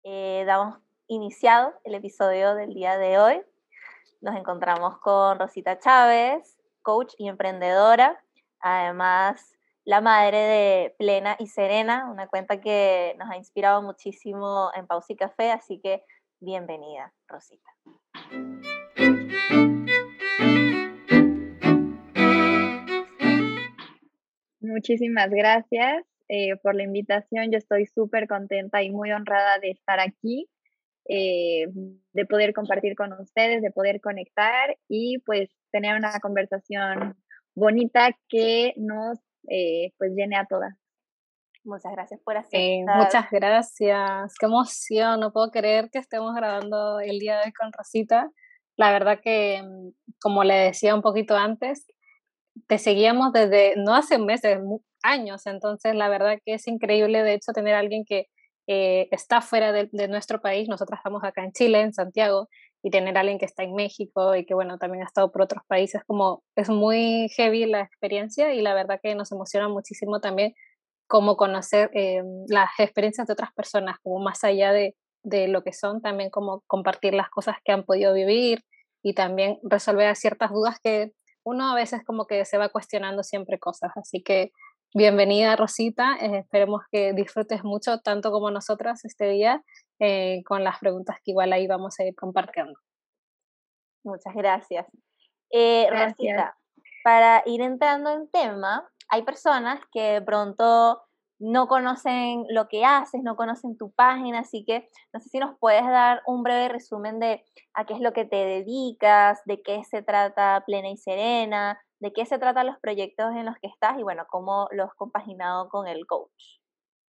damos iniciado el episodio del día de hoy. Nos encontramos con Rosita Chávez, coach y emprendedora, además la madre de Plena y Serena, una cuenta que nos ha inspirado muchísimo en Pausa y Café, así que bienvenida, Rosita. Muchísimas gracias por la invitación. Yo estoy súper contenta y muy honrada de estar aquí, de poder compartir con ustedes, de poder conectar y pues tener una conversación bonita que nos pues llene a todas. Muchas gracias por aceptar. Muchas gracias, qué emoción, no puedo creer que estemos grabando el día de hoy con Rosita. La verdad que, como le decía un poquito antes, te seguíamos desde, no hace meses, años, entonces la verdad que es increíble de hecho tener a alguien que está fuera de nuestro país. Nosotros estamos acá en Chile, en Santiago, y tener a alguien que está en México y que bueno, también ha estado por otros países, como es muy heavy la experiencia y la verdad que nos emociona muchísimo también como conocer las experiencias de otras personas, como más allá de lo que son, también como compartir las cosas que han podido vivir y también resolver ciertas dudas que uno a veces como que se va cuestionando siempre cosas. Así que bienvenida, Rosita, esperemos que disfrutes mucho, tanto como nosotras este día, con las preguntas que igual ahí vamos a ir compartiendo. Muchas gracias. Gracias. Rosita, para ir entrando en tema, hay personas que de pronto no conocen lo que haces, no conocen tu página, así que no sé si nos puedes dar un breve resumen de a qué es lo que te dedicas, de qué se trata Plena y Serena, de qué se tratan los proyectos en los que estás y bueno, cómo los has compaginado con el coach.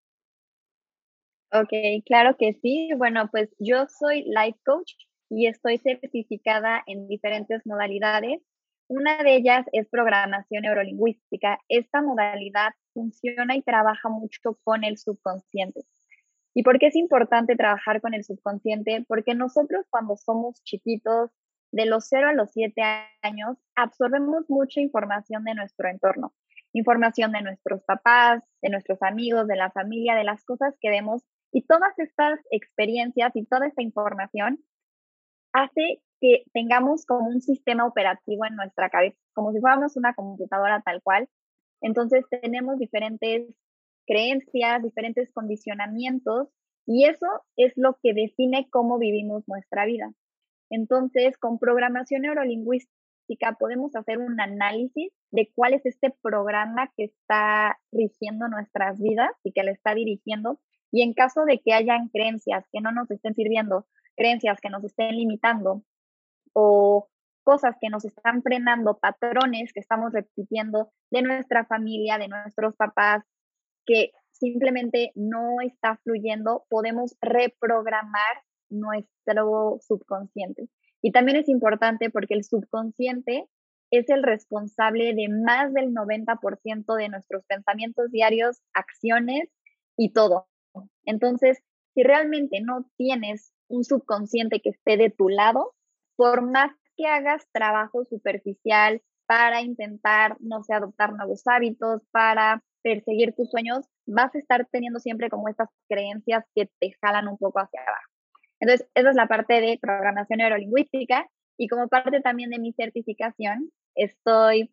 Ok, claro que sí. Bueno, pues yo soy life coach y estoy certificada en diferentes modalidades. Una de ellas es programación neurolingüística. Esta modalidad funciona y trabaja mucho con el subconsciente. ¿Y por qué es importante trabajar con el subconsciente? Porque nosotros cuando somos chiquitos, de los 0 a los 7 años, absorbemos mucha información de nuestro entorno, información de nuestros papás, de nuestros amigos, de la familia, de las cosas que vemos, y todas estas experiencias y toda esta información hace que tengamos como un sistema operativo en nuestra cabeza, como si fuéramos una computadora tal cual. Entonces tenemos diferentes creencias, diferentes condicionamientos y eso es lo que define cómo vivimos nuestra vida. Entonces, con programación neurolingüística podemos hacer un análisis de cuál es este programa que está rigiendo nuestras vidas y que le está dirigiendo. Y en caso de que hayan creencias que no nos estén sirviendo, creencias que nos estén limitando o cosas que nos están frenando, patrones que estamos repitiendo de nuestra familia, de nuestros papás, que simplemente no está fluyendo, podemos reprogramar nuestro subconsciente. Y también es importante porque el subconsciente es el responsable de más del 90% de nuestros pensamientos diarios, acciones y todo. Entonces, si realmente no tienes un subconsciente que esté de tu lado, por más que hagas trabajo superficial para intentar, no sé, adoptar nuevos hábitos, para perseguir tus sueños, vas a estar teniendo siempre como estas creencias que te jalan un poco hacia abajo. Entonces, esa es la parte de programación neurolingüística y como parte también de mi certificación, estoy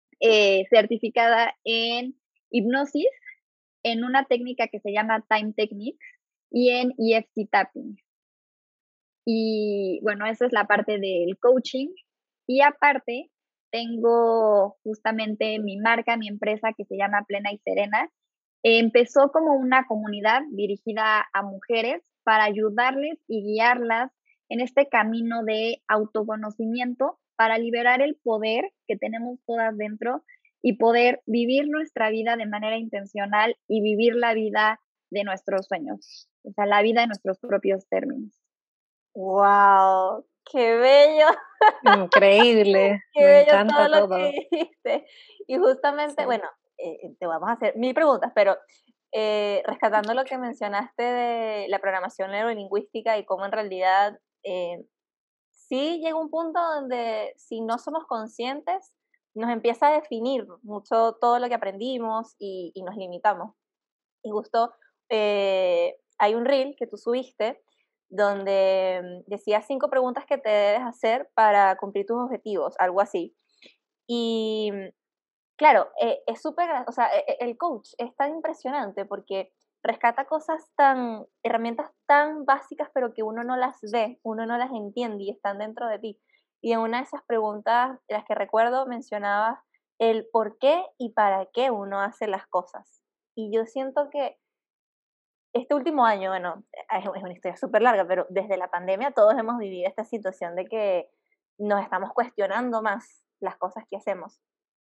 certificada en hipnosis, en una técnica que se llama Time Techniques y en EFT Tapping. Y bueno, esa es la parte del coaching. Y aparte, tengo justamente mi marca, mi empresa que se llama Plena y Serena. Empezó como una comunidad dirigida a mujeres para ayudarles y guiarlas en este camino de autoconocimiento para liberar el poder que tenemos todas dentro y poder vivir nuestra vida de manera intencional y vivir la vida de nuestros sueños, o sea, la vida de nuestros propios términos. ¡Wow! ¡Qué bello! Increíble, ¡Qué me bello todo encanta lo todo. que dijiste! Y justamente, Sí. bueno, te vamos a hacer 1000 preguntas, pero rescatando lo que mencionaste de la programación neurolingüística y cómo en realidad sí llega un punto donde si no somos conscientes, nos empieza a definir mucho todo lo que aprendimos y nos limitamos. Y justo hay un reel que tú subiste donde decía 5 preguntas que te debes hacer para cumplir tus objetivos, algo así. Y claro, es súper, o sea, el coach es tan impresionante porque rescata herramientas tan básicas, pero que uno no las ve, uno no las entiende y están dentro de ti. Y en una de esas preguntas, de las que recuerdo, mencionabas el por qué y para qué uno hace las cosas. Y yo siento que este último año, bueno, es una historia súper larga, pero desde la pandemia todos hemos vivido esta situación de que nos estamos cuestionando más las cosas que hacemos.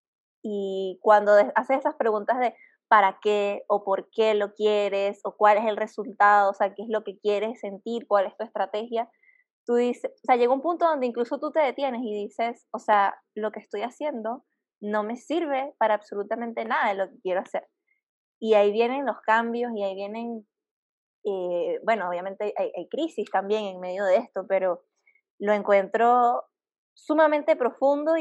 Y cuando haces esas preguntas de para qué o por qué lo quieres o cuál es el resultado, o sea, qué es lo que quieres sentir, cuál es tu estrategia, tú dices, o sea, llega un punto donde incluso tú te detienes y dices, o sea, lo que estoy haciendo no me sirve para absolutamente nada de lo que quiero hacer. Y ahí vienen los cambios y ahí vienen, bueno, obviamente hay crisis también en medio de esto, pero lo encuentro sumamente profundo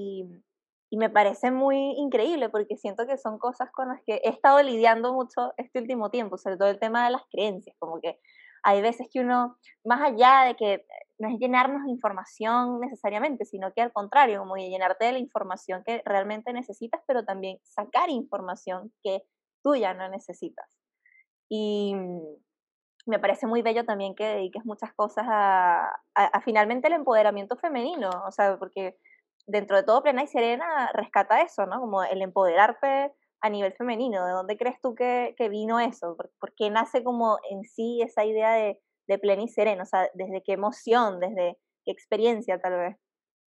y me parece muy increíble porque siento que son cosas con las que he estado lidiando mucho este último tiempo, sobre todo el tema de las creencias, como que hay veces que uno, más allá de que no es llenarnos de información necesariamente, sino que al contrario, como de llenarte de la información que realmente necesitas, pero también sacar información que tú ya no necesitas. Y me parece muy bello también que dediques muchas cosas a finalmente el empoderamiento femenino, o sea, porque dentro de todo Plena y Serena rescata eso, ¿no? Como el empoderarte a nivel femenino. ¿De dónde crees tú que vino eso? ¿Por qué nace como en sí esa idea de Plena y Serena? O sea, ¿desde qué emoción, desde qué experiencia tal vez?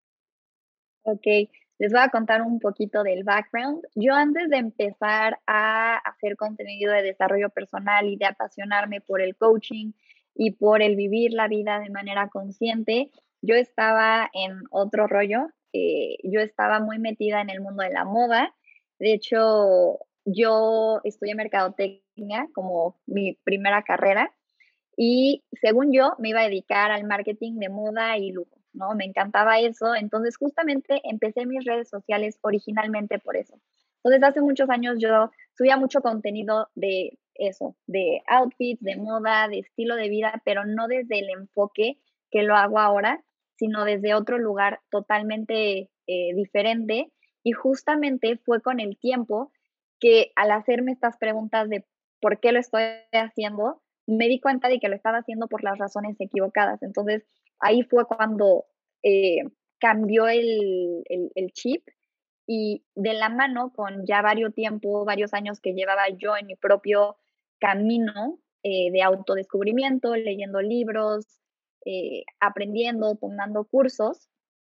Ok, les voy a contar un poquito del background. Yo antes de empezar a hacer contenido de desarrollo personal y de apasionarme por el coaching y por el vivir la vida de manera consciente, yo estaba en otro rollo. Yo estaba muy metida en el mundo de la moda. De hecho, yo estudié mercadotecnia como mi primera carrera y según yo me iba a dedicar al marketing de moda y lujo, ¿no? Me encantaba eso, entonces justamente empecé mis redes sociales originalmente por eso. Entonces hace muchos años yo subía mucho contenido de eso, de outfits, de moda, de estilo de vida, pero no desde el enfoque que lo hago ahora, sino desde otro lugar totalmente diferente. Y justamente fue con el tiempo que al hacerme estas preguntas de por qué lo estoy haciendo, me di cuenta de que lo estaba haciendo por las razones equivocadas. Entonces, ahí fue cuando eh, cambió el chip y de la mano con ya varios tiempo, varios años que llevaba yo en mi propio camino de autodescubrimiento, leyendo libros, aprendiendo, tomando cursos,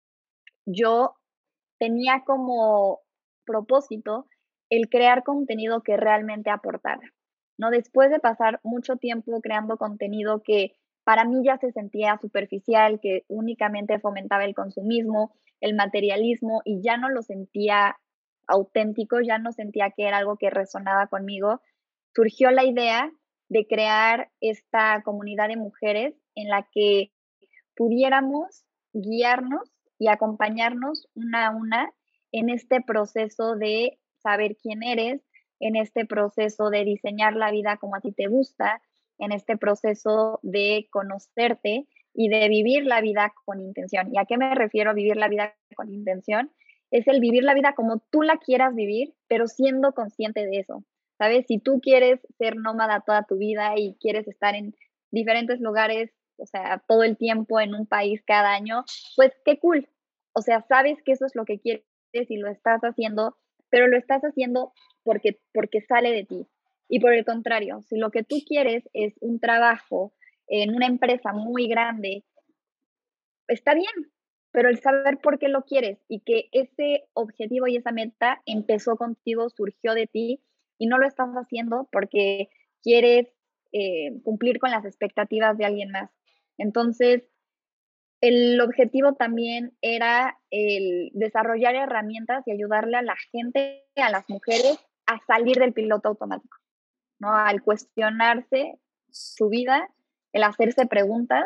yo tenía como propósito el crear contenido que realmente aportara, ¿no? Después de pasar mucho tiempo creando contenido que para mí ya se sentía superficial, que únicamente fomentaba el consumismo, el materialismo y ya no lo sentía auténtico, ya no sentía que era algo que resonaba conmigo, surgió la idea de crear esta comunidad de mujeres en la que pudiéramos guiarnos y acompañarnos una a una en este proceso de saber quién eres, en este proceso de diseñar la vida como a ti te gusta, en este proceso de conocerte y de vivir la vida con intención. ¿Y a qué me refiero a vivir la vida con intención? Es el vivir la vida como tú la quieras vivir, pero siendo consciente de eso. ¿Sabes? Si tú quieres ser nómada toda tu vida y quieres estar en diferentes lugares, o sea, todo el tiempo en un país cada año, pues qué cool. O sea, sabes que eso es lo que quieres y lo estás haciendo, pero lo estás haciendo porque sale de ti. Y por el contrario, si lo que tú quieres es un trabajo en una empresa muy grande, está bien, pero el saber por qué lo quieres y que ese objetivo y esa meta empezó contigo, surgió de ti y no lo estás haciendo porque quieres cumplir con las expectativas de alguien más. Entonces, el objetivo también era el desarrollar herramientas y ayudarle a la gente, a las mujeres, a salir del piloto automático, ¿no? Al cuestionarse su vida, el hacerse preguntas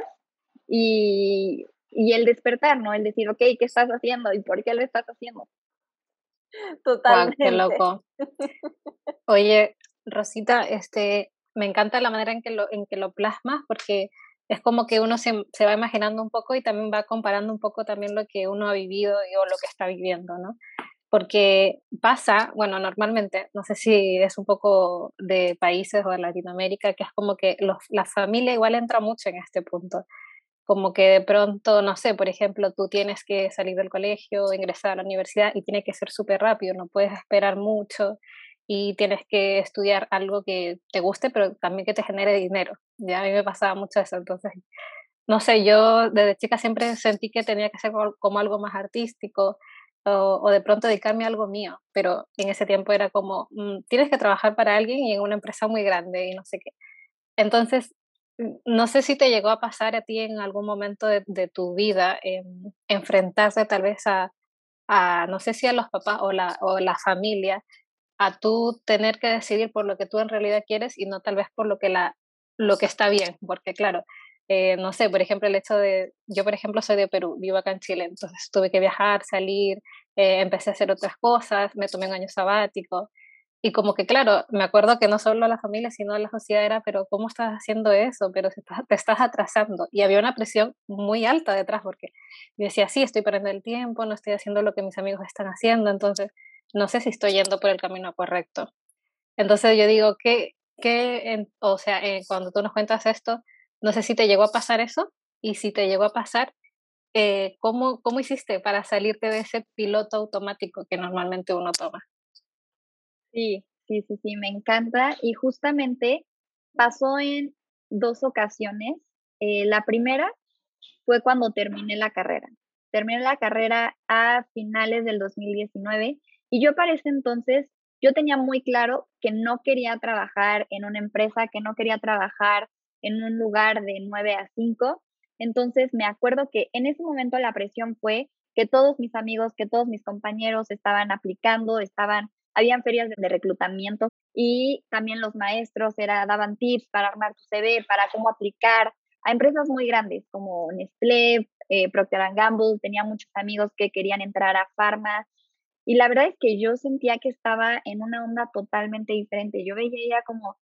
y el despertar, ¿no? El decir, ok, ¿qué estás haciendo y por qué lo estás haciendo? Guau, qué Totalmente. loco. Oye, Rosita, me encanta la manera en que lo plasmas, porque es como que uno se va imaginando un poco y también va comparando un poco también lo que uno ha vivido o lo que está viviendo, ¿no? Porque pasa, bueno, normalmente, no sé si es un poco de países o de Latinoamérica, que es como que la familia igual entra mucho en este punto. Como que de pronto, no sé, por ejemplo, tú tienes que salir del colegio, ingresar a la universidad y tiene que ser súper rápido, no puedes esperar mucho y tienes que estudiar algo que te guste, pero también que te genere dinero. Ya a mí me pasaba mucho eso, entonces, no sé, yo desde chica siempre sentí que tenía que ser como algo más artístico o de pronto dedicarme a algo mío, pero en ese tiempo era como, tienes que trabajar para alguien y en una empresa muy grande y no sé qué. Entonces, no sé si te llegó a pasar a ti en algún momento de tu vida, enfrentarse tal vez no sé si a los papás o la familia, a tú tener que decidir por lo que tú en realidad quieres y no tal vez por lo que está bien, porque claro, no sé, por ejemplo, yo por ejemplo soy de Perú, vivo acá en Chile, entonces tuve que viajar, salir, empecé a hacer otras cosas, me tomé un año sabático, y como que, claro, me acuerdo que no solo la familia, sino la sociedad era, pero ¿cómo estás haciendo eso? Pero te estás atrasando. Y había una presión muy alta detrás porque yo decía, sí, estoy perdiendo el tiempo, no estoy haciendo lo que mis amigos están haciendo, entonces no sé si estoy yendo por el camino correcto. Entonces yo digo, o sea, cuando tú nos cuentas esto, no sé si te llegó a pasar eso y si te llegó a pasar, ¿cómo hiciste para salirte de ese piloto automático que normalmente uno toma? Sí, sí, sí, sí, me encanta. Y justamente pasó en 2 ocasiones. La primera fue cuando terminé la carrera. Terminé la carrera a finales del 2019 y yo para ese entonces, yo tenía muy claro que no quería trabajar en una empresa, que no quería trabajar en un lugar de 9 a 5. Entonces, me acuerdo que en ese momento la presión fue que todos mis amigos, que todos mis compañeros estaban aplicando, habían ferias de reclutamiento y también los maestros daban tips para armar tu CV, para cómo aplicar a empresas muy grandes como Nestlé, Procter Gamble. Tenía muchos amigos que querían entrar a farma y la verdad es que yo sentía que estaba en una onda totalmente diferente. Yo veía como,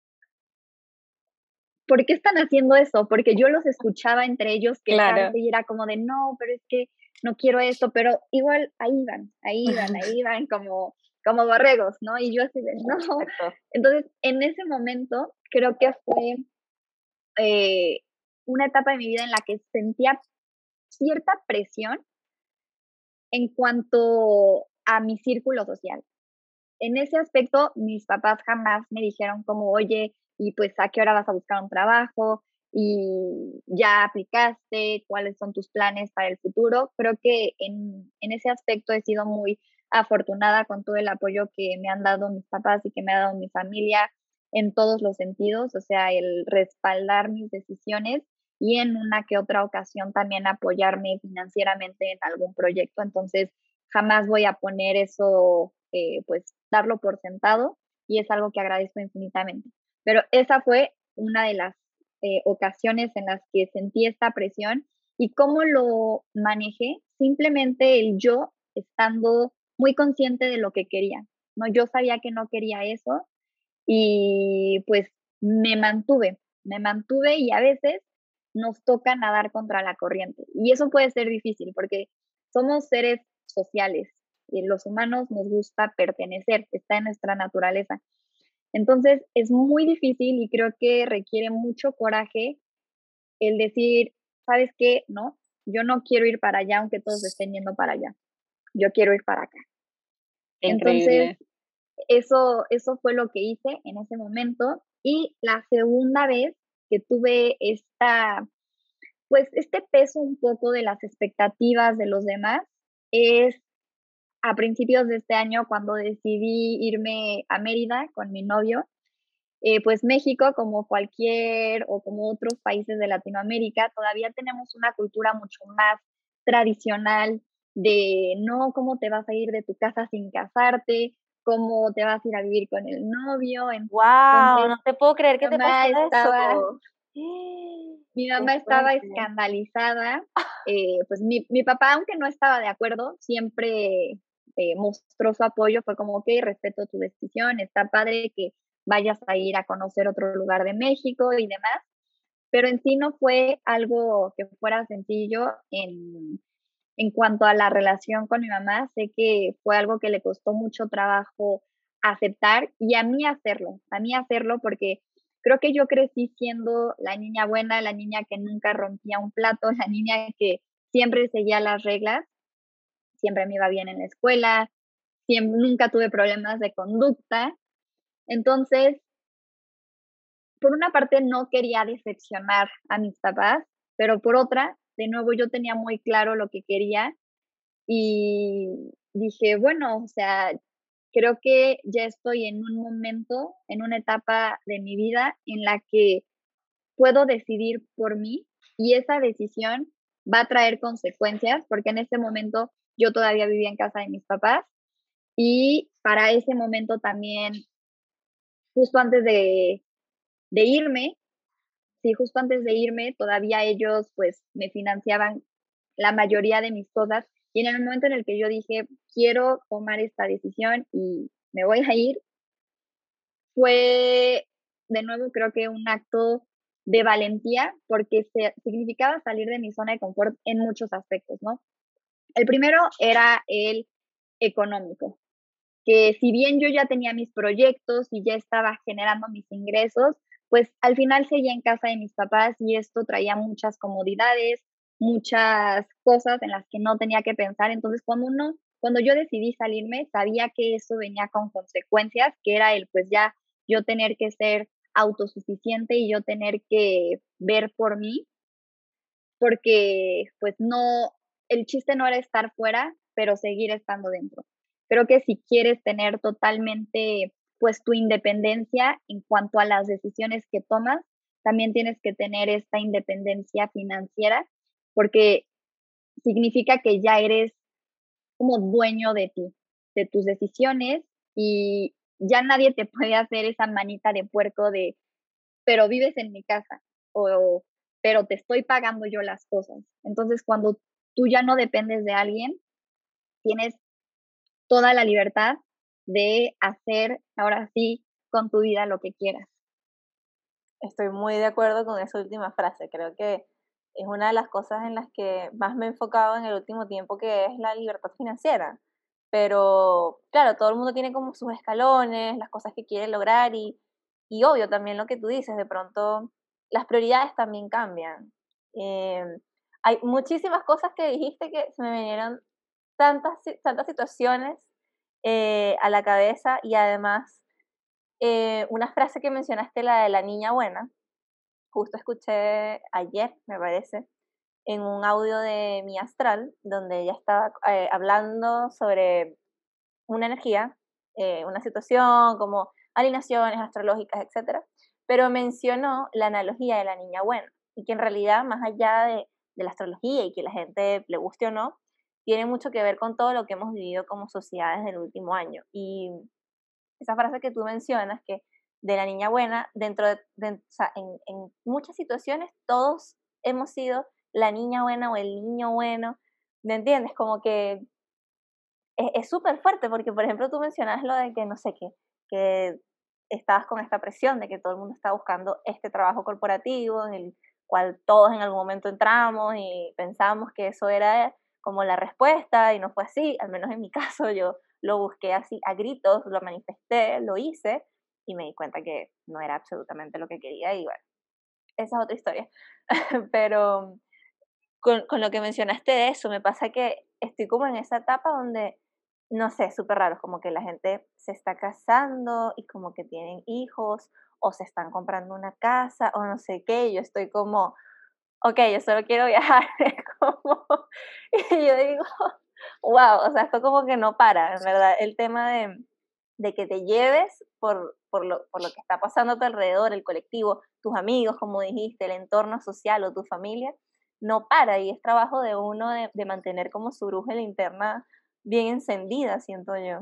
¿por qué están haciendo eso? Porque yo los escuchaba entre ellos quejarse Claro. y era como de, no, pero es que no quiero esto, pero igual ahí van, ahí van, ahí van como borregos, ¿no? Y yo así de, no. Exacto. Entonces, en ese momento creo que fue eh, una etapa de mi vida en la que sentía cierta presión en cuanto a mi círculo social. En ese aspecto, mis papás jamás me dijeron como, oye, y pues a qué hora vas a buscar un trabajo y ya aplicaste, cuáles son tus planes para el futuro. Creo que en ese aspecto he sido muy afortunada con todo el apoyo que me han dado mis papás y que me ha dado mi familia en todos los sentidos, o sea, el respaldar mis decisiones y en una que otra ocasión también apoyarme financieramente en algún proyecto. Entonces, jamás voy a poner eso, pues darlo por sentado y es algo que agradezco infinitamente. Pero esa fue una de las ocasiones en las que sentí esta presión y cómo lo manejé, simplemente el yo estando muy consciente de lo que quería, ¿no? Yo sabía que no quería eso y pues me mantuve y a veces nos toca nadar contra la corriente. Y eso puede ser difícil porque somos seres sociales y los humanos nos gusta pertenecer, está en nuestra naturaleza. Entonces es muy difícil y creo que requiere mucho coraje el decir, ¿sabes qué? No, yo no quiero ir para allá aunque todos estén yendo para allá. Yo quiero ir para acá. Entonces, Increíble. eso fue lo que hice en ese momento. Y la segunda vez que tuve pues este peso un poco de las expectativas de los demás es a principios de este año cuando decidí irme a Mérida con mi novio. Pues México, como cualquier o como otros países de Latinoamérica, todavía tenemos una cultura mucho más tradicional de no, cómo te vas a ir de tu casa sin casarte, cómo te vas a ir a vivir con el novio. Guau, Entonces, no te puedo creer mi que te pasó mamá estaba, eso. mi Qué mamá estaba fuerte. escandalizada. Pues mi papá, aunque no estaba de acuerdo, siempre mostró su apoyo, fue como, ok, respeto tu decisión, está padre que vayas a ir a conocer otro lugar de México y demás, pero en sí no fue algo que fuera sencillo en cuanto a la relación con mi mamá. Sé que fue algo que le costó mucho trabajo aceptar y a mí hacerlo porque creo que yo crecí siendo la niña buena, la niña que nunca rompía un plato, la niña que siempre seguía las reglas, siempre me iba bien en la escuela, siempre, nunca tuve problemas de conducta. Entonces, por una parte no quería decepcionar a mis papás, pero por otra, de nuevo yo tenía muy claro lo que quería y dije, bueno, o sea, creo que ya estoy en un momento, en una etapa de mi vida en la que puedo decidir por mí y esa decisión va a traer consecuencias, porque en ese momento yo todavía vivía en casa de mis papás y para ese momento también, justo antes de irme, sí, justo antes de irme, todavía ellos pues me financiaban la mayoría de mis cosas y en el momento en el que yo dije, quiero tomar esta decisión y me voy a ir, fue de nuevo creo que un acto de valentía porque significaba salir de mi zona de confort en muchos aspectos, ¿no? El primero era el económico, que si bien yo ya tenía mis proyectos y ya estaba generando mis ingresos, pues al final seguía en casa de mis papás y esto traía muchas comodidades, muchas cosas en las que no tenía que pensar. Entonces, cuando yo decidí salirme, sabía que eso venía con consecuencias, que era el pues ya yo tener que ser autosuficiente y yo tener que ver por mí, porque pues no, el chiste no era estar fuera, pero seguir estando dentro. Creo que si quieres tener totalmente pues tu independencia en cuanto a las decisiones que tomas, también tienes que tener esta independencia financiera, porque significa que ya eres como dueño de ti, de tus decisiones y ya nadie te puede hacer esa manita de puerco de, pero vives en mi casa o pero te estoy pagando yo las cosas. Entonces, cuando tú ya no dependes de alguien, tienes toda la libertad de hacer ahora sí con tu vida lo que quieras. Estoy muy de acuerdo con esa última frase. Creo que es una de las cosas en las que más me he enfocado en el último tiempo, que es la libertad financiera. Pero claro, todo el mundo tiene como sus escalones, las cosas que quiere lograr y obvio también lo que tú dices, de pronto las prioridades también cambian. Eh, Hay muchísimas cosas que dijiste que se me vinieron tantas situaciones a la cabeza y además una frase que mencionaste, la de la niña buena, justo escuché ayer, me parece, en un audio de Mi Astral, donde ella estaba hablando sobre una energía, una situación, como alineaciones astrológicas, etcétera, pero mencionó la analogía de la niña buena, y que en realidad, más allá de la astrología y que la gente le guste o no, tiene mucho que ver con todo lo que hemos vivido como sociedad desde el último año. Y esa frase que tú mencionas, que de la niña buena, o sea, en muchas situaciones todos hemos sido la niña buena o el niño bueno, ¿me entiendes? Como que es súper fuerte porque, por ejemplo, tú mencionas lo de que, no sé, que estabas con esta presión de que todo el mundo está buscando este trabajo corporativo en el cual todos en algún momento entramos y pensamos que eso era como la respuesta y no fue así, al menos en mi caso yo lo busqué así a gritos, lo manifesté, lo hice y me di cuenta que no era absolutamente lo que quería y bueno, esa es otra historia. Pero con lo que mencionaste de eso, me pasa que estoy como en esa etapa donde, no sé, súper raro, como que la gente se está casando y como que tienen hijos o se están comprando una casa o no sé qué, y yo estoy como, ok, yo solo quiero viajar, es como, y yo digo, wow, o sea, esto como que no para, en verdad, el tema de que te lleves por lo que está pasando a tu alrededor, el colectivo, tus amigos, como dijiste, el entorno social o tu familia, no para y es trabajo de uno de mantener como su brújula interna bien encendida, siento yo.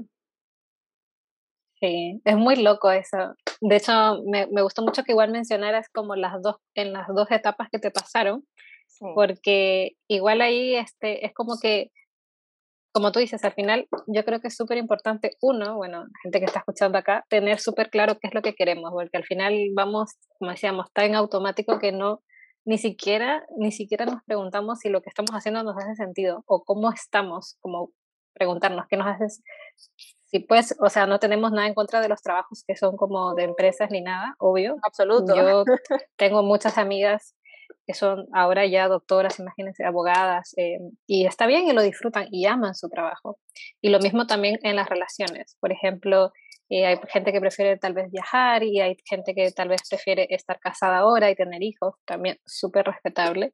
Sí, es muy loco eso. De hecho, me gustó mucho que igual mencionaras como en las dos etapas que te pasaron, Sí, porque igual ahí es como que como tú dices, al final yo creo que es súper importante, uno, bueno, la gente que está escuchando acá, tener súper claro qué es lo que queremos, porque al final vamos, como decíamos, tan en automático que no, ni siquiera nos preguntamos si lo que estamos haciendo nos hace sentido o cómo estamos, como preguntarnos qué nos hace, si pues, o sea, no tenemos nada en contra de los trabajos que son como de empresas ni nada, obvio. Absoluto. Yo tengo muchas amigas que son ahora ya doctoras, imagínense, abogadas, y está bien y lo disfrutan y aman su trabajo. Y lo mismo también en las relaciones. Por ejemplo, hay gente que prefiere tal vez viajar y hay gente que tal vez prefiere estar casada ahora y tener hijos, también súper respetable.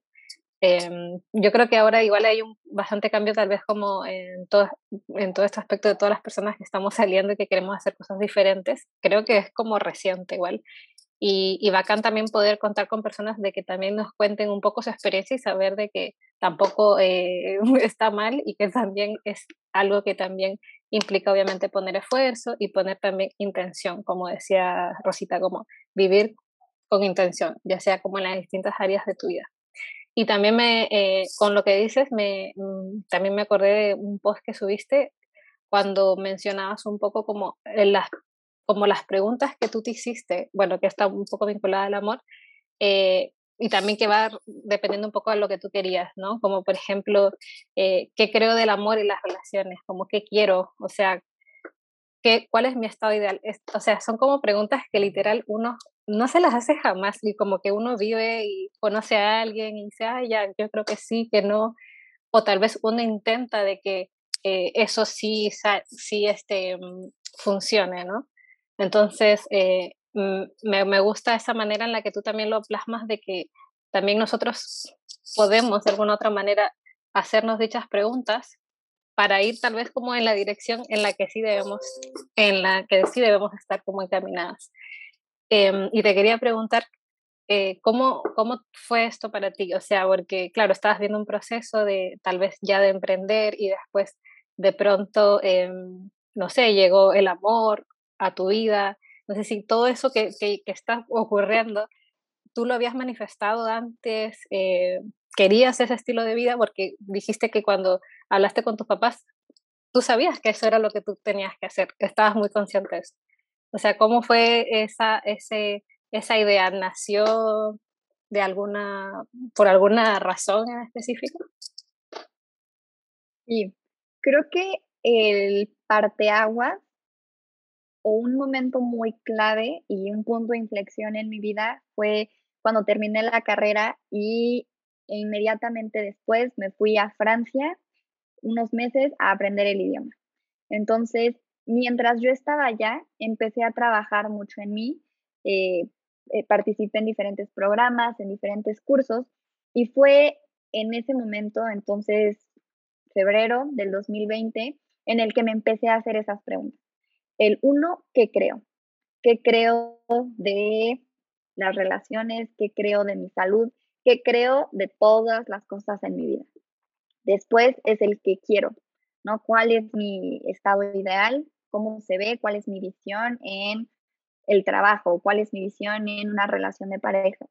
Yo creo que ahora igual hay un bastante cambio tal vez como en todo este aspecto de todas las personas que estamos saliendo y que queremos hacer cosas diferentes. Creo que es como reciente igual. Y bacán también poder contar con personas de que también nos cuenten un poco su experiencia y saber de que tampoco está mal y que también es algo que también implica obviamente poner esfuerzo y poner también intención, como decía Rosita, como vivir con intención, ya sea como en las distintas áreas de tu vida. Y también con lo que dices, también me acordé de un post que subiste cuando mencionabas un poco como las preguntas que tú te hiciste, bueno, que está un poco vinculada al amor, y también que va dependiendo un poco de lo que tú querías, ¿no? Como por ejemplo, ¿qué creo del amor y las relaciones? Como qué quiero, o sea, ¿cuál es mi estado ideal? O sea, son como preguntas que literal uno no se las hace jamás y como que uno vive y conoce a alguien y dice, ah, ya, yo creo que sí, que no, o tal vez uno intenta de que eso sí, sí funcione, ¿no? Entonces, me gusta esa manera en la que tú también lo plasmas de que también nosotros podemos de alguna otra manera hacernos dichas preguntas para ir tal vez como en la dirección en la que sí debemos estar como encaminadas. Y te quería preguntar, ¿cómo fue esto para ti? O sea, porque claro, estabas viendo un proceso de tal vez ya de emprender y después de pronto, no sé, llegó el amor a tu vida. No sé si todo eso que está ocurriendo, tú lo habías manifestado antes, querías ese estilo de vida, porque dijiste que cuando hablaste con tus papás, tú sabías que eso era lo que tú tenías que hacer, estabas muy consciente de eso. O sea, ¿cómo fue esa idea? ¿Nació de por alguna razón en específico? Y creo que el parteaguas o un momento muy clave y un punto de inflexión en mi vida fue cuando terminé la carrera y inmediatamente después me fui a Francia unos meses a aprender el idioma. Entonces, mientras yo estaba allá, empecé a trabajar mucho en mí, eh, participé en diferentes programas, en diferentes cursos, y fue en ese momento, entonces, febrero del 2020, en el que me empecé a hacer esas preguntas. El uno, ¿qué creo? ¿Qué creo de las relaciones? ¿Qué creo de mi salud? ¿Qué creo de todas las cosas en mi vida? Después es el que quiero, ¿no? ¿Cuál es mi estado ideal? ¿Cómo se ve? ¿Cuál es mi visión en el trabajo? ¿Cuál es mi visión en una relación de pareja?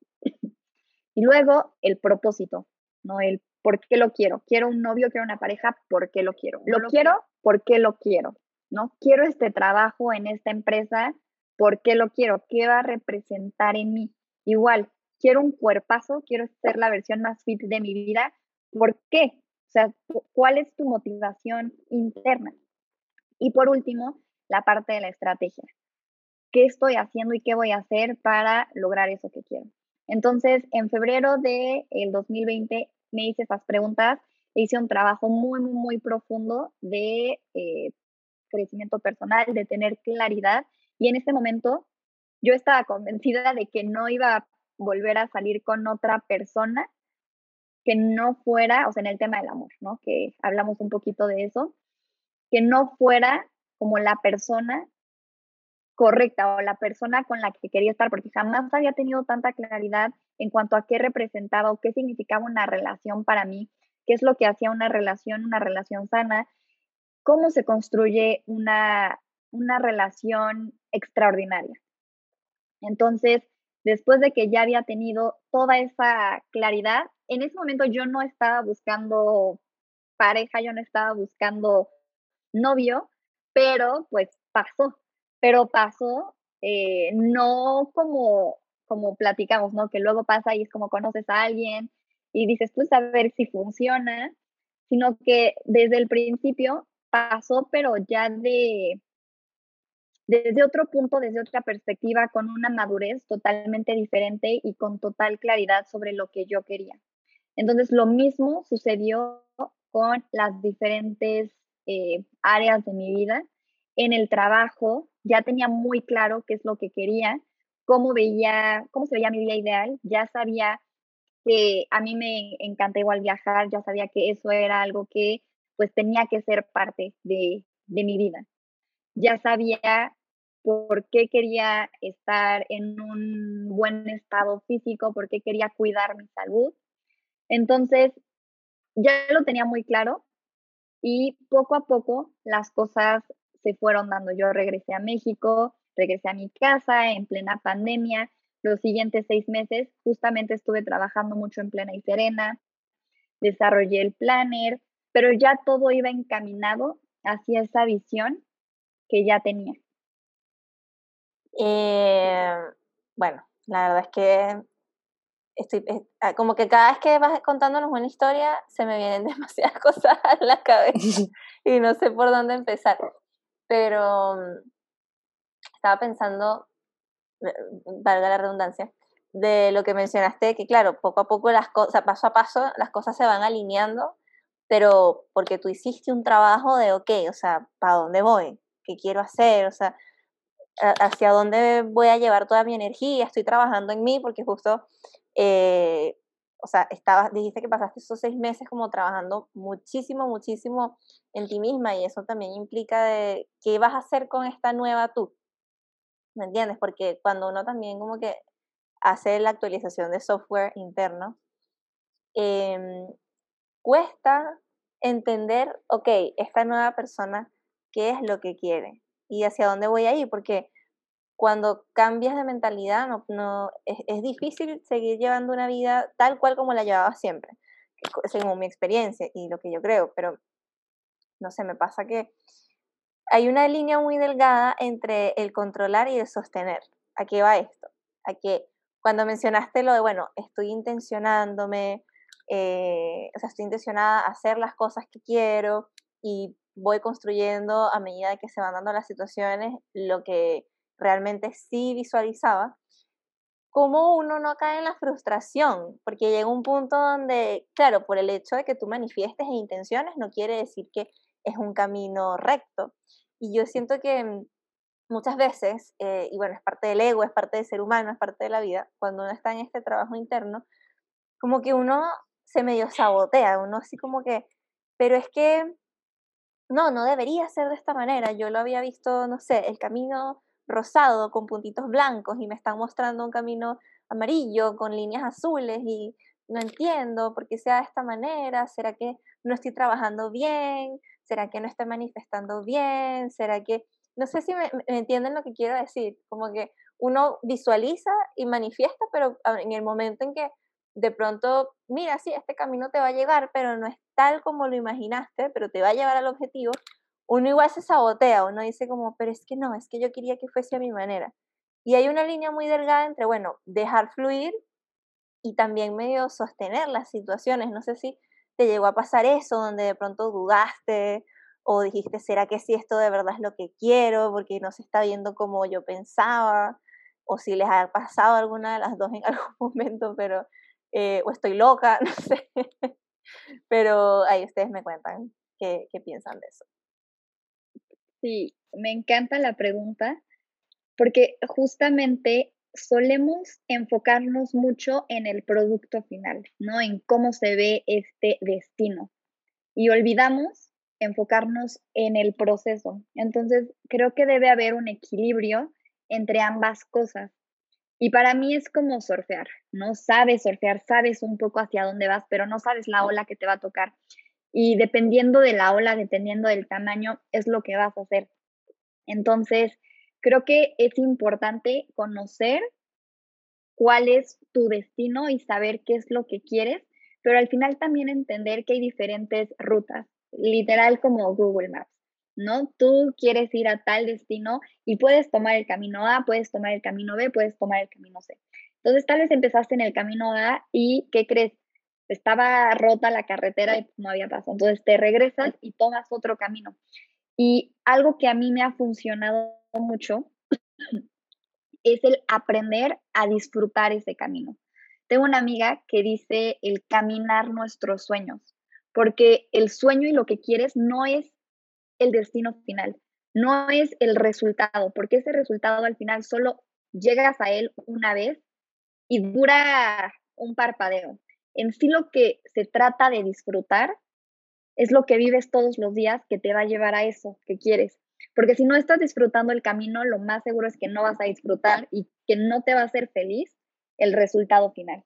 Y luego el propósito, ¿no? El por qué lo quiero. Quiero un novio, quiero una pareja, ¿por qué lo quiero? Lo quiero, ¿por qué lo quiero? ¿No? Quiero este trabajo en esta empresa, ¿por qué lo quiero? ¿Qué va a representar en mí? Igual, quiero un cuerpazo, quiero ser la versión más fit de mi vida, ¿por qué? O sea, ¿cuál es tu motivación interna? Y por último, la parte de la estrategia. ¿Qué estoy haciendo y qué voy a hacer para lograr eso que quiero? Entonces, en febrero del 2020 me hice esas preguntas, e hice un trabajo muy, muy, muy profundo de crecimiento personal, de tener claridad. Y en ese momento yo estaba convencida de que no iba a volver a salir con otra persona que no fuera, o sea, en el tema del amor, ¿no? Que hablamos un poquito de eso, que no fuera como la persona correcta o la persona con la que quería estar, porque jamás había tenido tanta claridad en cuanto a qué representaba o qué significaba una relación para mí, qué es lo que hacía una relación sana, cómo se construye una relación extraordinaria. Entonces, después de que ya había tenido toda esa claridad, en ese momento yo no estaba buscando pareja, yo no estaba buscando novio, pero pues pasó, pero pasó, no como platicamos, ¿no? Que luego pasa y es como conoces a alguien y dices, pues a ver si funciona, sino que desde el principio pasó, pero ya desde otro punto, desde otra perspectiva, con una madurez totalmente diferente y con total claridad sobre lo que yo quería. Entonces, lo mismo sucedió con las diferentes áreas de mi vida. En el trabajo ya tenía muy claro qué es lo que quería, cómo se veía mi vida ideal, ya sabía que a mí me encanta igual viajar, ya sabía que eso era algo que pues tenía que ser parte de mi vida. Ya sabía por qué quería estar en un buen estado físico, por qué quería cuidar mi salud. Entonces, ya lo tenía muy claro y poco a poco las cosas se fueron dando. Yo regresé a México, regresé a mi casa en plena pandemia. Los siguientes 6 meses justamente estuve trabajando mucho en Plena y Serena, desarrollé el planner, pero ya todo iba encaminado hacia esa visión que ya tenía. Bueno, la verdad es que como que cada vez que vas contándonos una historia, se me vienen demasiadas cosas a la cabeza y no sé por dónde empezar. Pero estaba pensando, valga la redundancia, de lo que mencionaste, que claro, poco a poco las cosas, paso a paso, las cosas se van alineando, pero porque tú hiciste un trabajo de, ok, o sea, ¿para dónde voy? ¿Qué quiero hacer? O sea, hacia dónde voy a llevar toda mi energía, estoy trabajando en mí, porque justo, o sea, dijiste que pasaste esos 6 meses como trabajando muchísimo, muchísimo en ti misma, y eso también implica de qué vas a hacer con esta nueva tú, ¿me entiendes? Porque cuando uno también como que hace la actualización de software interno, em, cuesta entender, ok, esta nueva persona, qué es lo que quiere y hacia dónde voy a ir, porque cuando cambias de mentalidad es difícil seguir llevando una vida tal cual como la llevaba siempre, según mi experiencia y lo que yo creo, pero no sé, me pasa que hay una línea muy delgada entre el controlar y el sostener. ¿A qué va esto? A que cuando mencionaste lo de, bueno, estoy intencionándome, o sea, estoy intencionada a hacer las cosas que quiero y voy construyendo a medida que se van dando las situaciones lo que realmente sí visualizaba, cómo uno no cae en la frustración, porque llega un punto donde, claro, por el hecho de que tú manifiestes e intenciones no quiere decir que es un camino recto. Y yo siento que muchas veces, y bueno, es parte del ego, es parte del ser humano, es parte de la vida, cuando uno está en este trabajo interno, como que uno se medio sabotea, uno así como que, pero es que no debería ser de esta manera. Yo lo había visto, no sé, el camino rosado con puntitos blancos y me están mostrando un camino amarillo con líneas azules y no entiendo por qué sea de esta manera. ¿Será que no estoy trabajando bien? ¿Será que no estoy manifestando bien? ¿Será que... No sé si me entienden lo que quiero decir. Como que uno visualiza y manifiesta, pero en el momento en que de pronto, mira, sí, este camino te va a llegar, pero no es tal como lo imaginaste, pero te va a llevar al objetivo, uno igual se sabotea, uno dice como, pero es que no, es que yo quería que fuese a mi manera. Y hay una línea muy delgada entre, bueno, dejar fluir y también medio sostener las situaciones. No sé si te llegó a pasar eso, donde de pronto dudaste o dijiste, ¿será que sí esto de verdad es lo que quiero? Porque no se está viendo como yo pensaba, o si les ha pasado alguna de las dos en algún momento, pero, o estoy loca, no sé. Pero ahí ustedes me cuentan qué piensan de eso. Sí, me encanta la pregunta porque justamente solemos enfocarnos mucho en el producto final, ¿no? En cómo se ve este destino y olvidamos enfocarnos en el proceso. Entonces, creo que debe haber un equilibrio entre ambas cosas. Y para mí es como surfear, ¿no? Sabes surfear, sabes un poco hacia dónde vas, pero no sabes la ola que te va a tocar. Y dependiendo de la ola, dependiendo del tamaño, es lo que vas a hacer. Entonces, creo que es importante conocer cuál es tu destino y saber qué es lo que quieres, pero al final también entender que hay diferentes rutas, literal como Google Maps, ¿no? Tú quieres ir a tal destino y puedes tomar el camino A, puedes tomar el camino B, puedes tomar el camino C. Entonces, tal vez empezaste en el camino A y, ¿qué crees? Estaba rota la carretera y no había paso. Entonces, te regresas y tomas otro camino. Y algo que a mí me ha funcionado mucho es el aprender a disfrutar ese camino. Tengo una amiga que dice el caminar nuestros sueños, porque el sueño y lo que quieres no es el destino final, no es el resultado, porque ese resultado al final solo llegas a él una vez y dura un parpadeo. En sí lo que se trata de disfrutar es lo que vives todos los días que te va a llevar a eso que quieres. Porque si no estás disfrutando el camino, lo más seguro es que no vas a disfrutar y que no te va a hacer feliz el resultado final.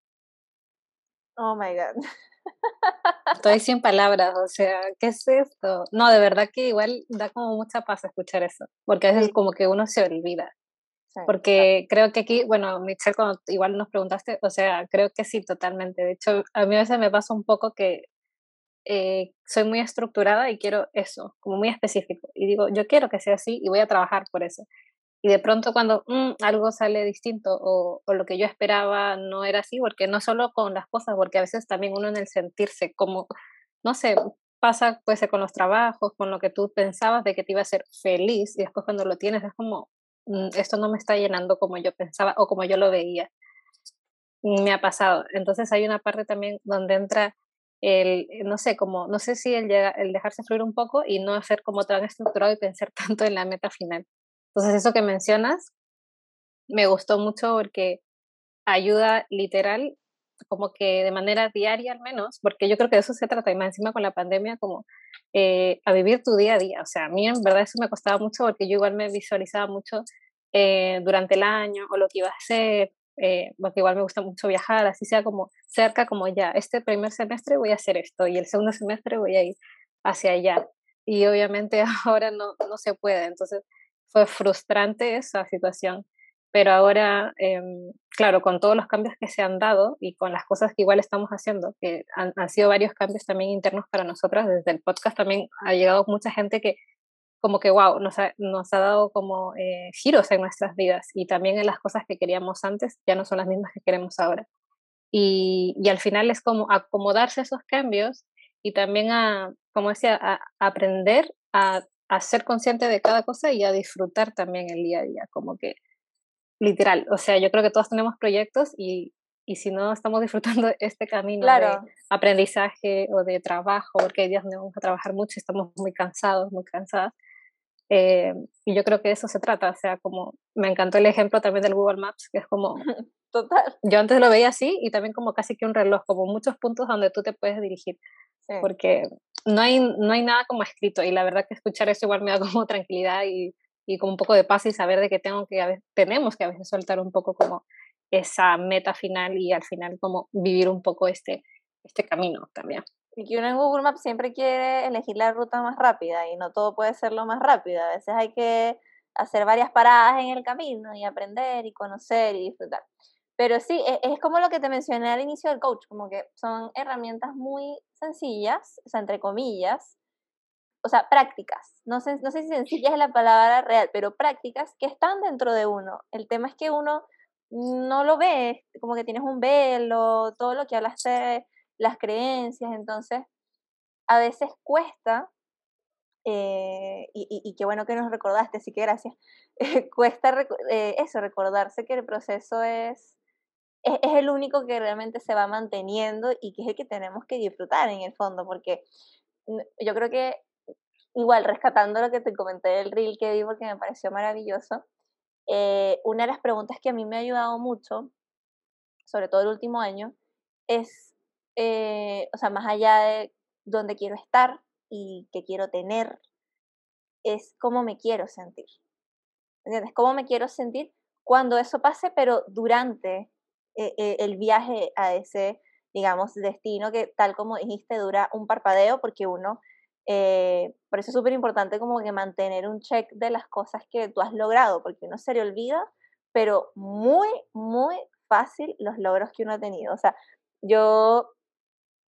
Oh my God. Estoy sin palabras, o sea, ¿qué es esto? No, de verdad que igual da como mucha paz escuchar eso, porque a veces Sí, como que uno se olvida, sí, porque creo que aquí, bueno, Michelle, cuando igual nos preguntaste, o sea, creo que sí, totalmente. De hecho, a mí a veces me pasa un poco que soy muy estructurada y quiero eso, como muy específico, y digo, yo quiero que sea así y voy a trabajar por eso. Y de pronto cuando algo sale distinto o lo que yo esperaba no era así, porque no solo con las cosas, porque a veces también uno en el sentirse como, no sé, pasa puede ser con los trabajos, con lo que tú pensabas de que te iba a hacer feliz y después cuando lo tienes es como, esto no me está llenando como yo pensaba o como yo lo veía. Me ha pasado. Entonces hay una parte también donde entra no sé, como, no sé si el dejarse fluir un poco y no ser como tan estructurado y pensar tanto en la meta final. Entonces eso que mencionas me gustó mucho porque ayuda literal, como que de manera diaria al menos, porque yo creo que de eso se trata, y más encima con la pandemia, como a vivir tu día a día. O sea, a mí en verdad eso me costaba mucho porque yo igual me visualizaba mucho durante el año o lo que iba a hacer, porque igual me gusta mucho viajar, así sea como cerca, como ya, este primer semestre voy a hacer esto y el segundo semestre voy a ir hacia allá. Y obviamente ahora no se puede, entonces fue frustrante esa situación, pero ahora, claro, con todos los cambios que se han dado y con las cosas que igual estamos haciendo, que han sido varios cambios también internos para nosotras, desde el podcast también ha llegado mucha gente que como que, wow, nos ha dado como giros en nuestras vidas y también en las cosas que queríamos antes ya no son las mismas que queremos ahora. Y al final es como acomodarse a esos cambios y también como decía, a aprender a ser consciente de cada cosa y a disfrutar también el día a día, como que literal, o sea, yo creo que todos tenemos proyectos y si no estamos disfrutando este camino de claro. aprendizaje o de trabajo, porque hay días donde vamos a trabajar mucho y estamos muy cansados, muy cansadas, y yo creo que de eso se trata, o sea, como me encantó el ejemplo también del Google Maps, que es como, Total. yo antes lo veía así y también como casi que un reloj, como muchos puntos donde tú te puedes dirigir, Sí. porque no hay nada como escrito y la verdad que escuchar eso igual me da como tranquilidad y como un poco de paz y saber de que tenemos que a veces soltar un poco como esa meta final y al final como vivir un poco este camino también. Y que uno en Google Maps siempre quiere elegir la ruta más rápida y no todo puede ser lo más rápido. A veces hay que hacer varias paradas en el camino y aprender y conocer y disfrutar. Pero sí, es como lo que te mencioné al inicio del coach, como que son herramientas muy sencillas, o sea, entre comillas, o sea, prácticas. No sé si sencilla es la palabra real, pero prácticas que están dentro de uno. El tema es que uno no lo ve, como que tienes un velo, todo lo que hablaste, las creencias, entonces a veces cuesta, y qué bueno que nos recordaste, así que gracias, cuesta eso, recordarse que el proceso es el único que realmente se va manteniendo y que es el que tenemos que disfrutar en el fondo, porque yo creo que igual, rescatando lo que te comenté del reel que vi porque me pareció maravilloso, una de las preguntas que a mí me ha ayudado mucho, sobre todo el último año, es, o sea, más allá de dónde quiero estar y qué quiero tener, es cómo me quiero sentir. ¿Entiendes? Cómo me quiero sentir cuando eso pase, pero durante el viaje a ese, digamos, destino que tal como dijiste dura un parpadeo porque uno, por eso es súper importante como que mantener un check de las cosas que tú has logrado, porque uno se le olvida, pero muy, muy fácil los logros que uno ha tenido. O sea, yo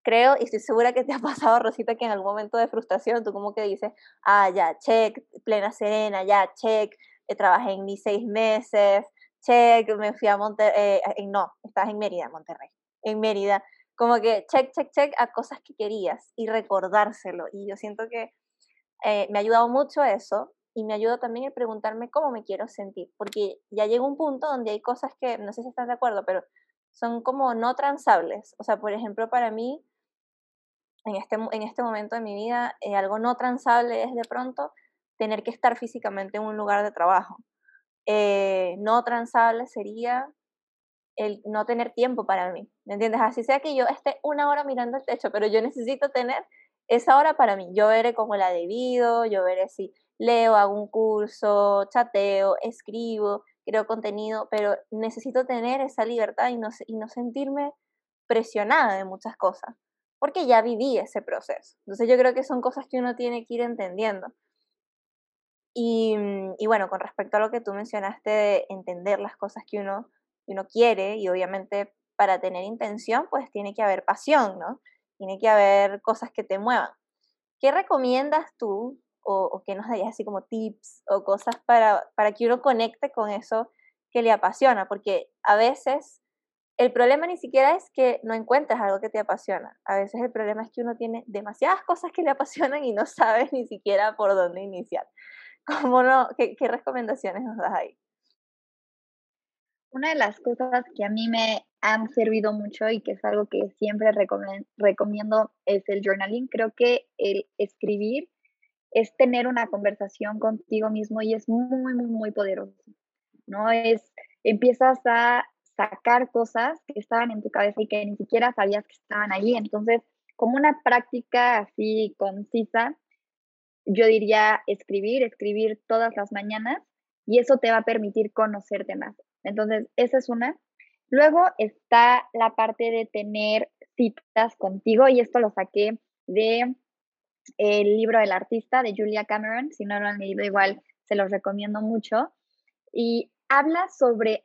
creo y estoy segura que te ha pasado, Rosita, que en algún momento de frustración tú como que dices, ya, check, plena serena, ya, check, trabajé en mis 6 meses, check, me fui a Monterrey, no, estás en Mérida, Monterrey, en Mérida, como que check, check, check a cosas que querías y recordárselo. Y yo siento que me ha ayudado mucho eso y me ayuda también el preguntarme cómo me quiero sentir, porque ya llega un punto donde hay cosas que, no sé si estás de acuerdo, pero son como no transables. O sea, por ejemplo, para mí, en este momento de mi vida, algo no transable es de pronto tener que estar físicamente en un lugar de trabajo. No transable sería el no tener tiempo para mí, ¿me entiendes? Así sea que yo esté 1 hora mirando el techo, pero yo necesito tener esa hora para mí. Yo veré cómo la divido, yo veré si leo, hago un curso, chateo, escribo, creo contenido, pero necesito tener esa libertad y no sentirme presionada de muchas cosas, porque ya viví ese proceso. Entonces yo creo que son cosas que uno tiene que ir entendiendo. Y bueno, con respecto a lo que tú mencionaste de entender las cosas que uno quiere, y obviamente para tener intención, pues tiene que haber pasión, ¿no? Tiene que haber cosas que te muevan. ¿Qué recomiendas tú o qué nos darías así como tips o cosas para que uno conecte con eso que le apasiona? Porque a veces el problema ni siquiera es que no encuentres algo que te apasiona. A veces el problema es que uno tiene demasiadas cosas que le apasionan y no sabes ni siquiera por dónde iniciar. ¿Cómo no? ¿Qué recomendaciones nos das ahí? Una de las cosas que a mí me han servido mucho y que es algo que siempre recomiendo es el journaling. Creo que el escribir es tener una conversación contigo mismo y es muy, muy, muy poderoso, ¿no? Empiezas a sacar cosas que estaban en tu cabeza y que ni siquiera sabías que estaban ahí. Entonces, como una práctica así concisa, yo diría escribir todas las mañanas y eso te va a permitir conocerte más. Entonces, esa es una. Luego está la parte de tener citas contigo y esto lo saqué de el libro del artista de Julia Cameron. Si no lo han leído, igual se los recomiendo mucho. Y habla sobre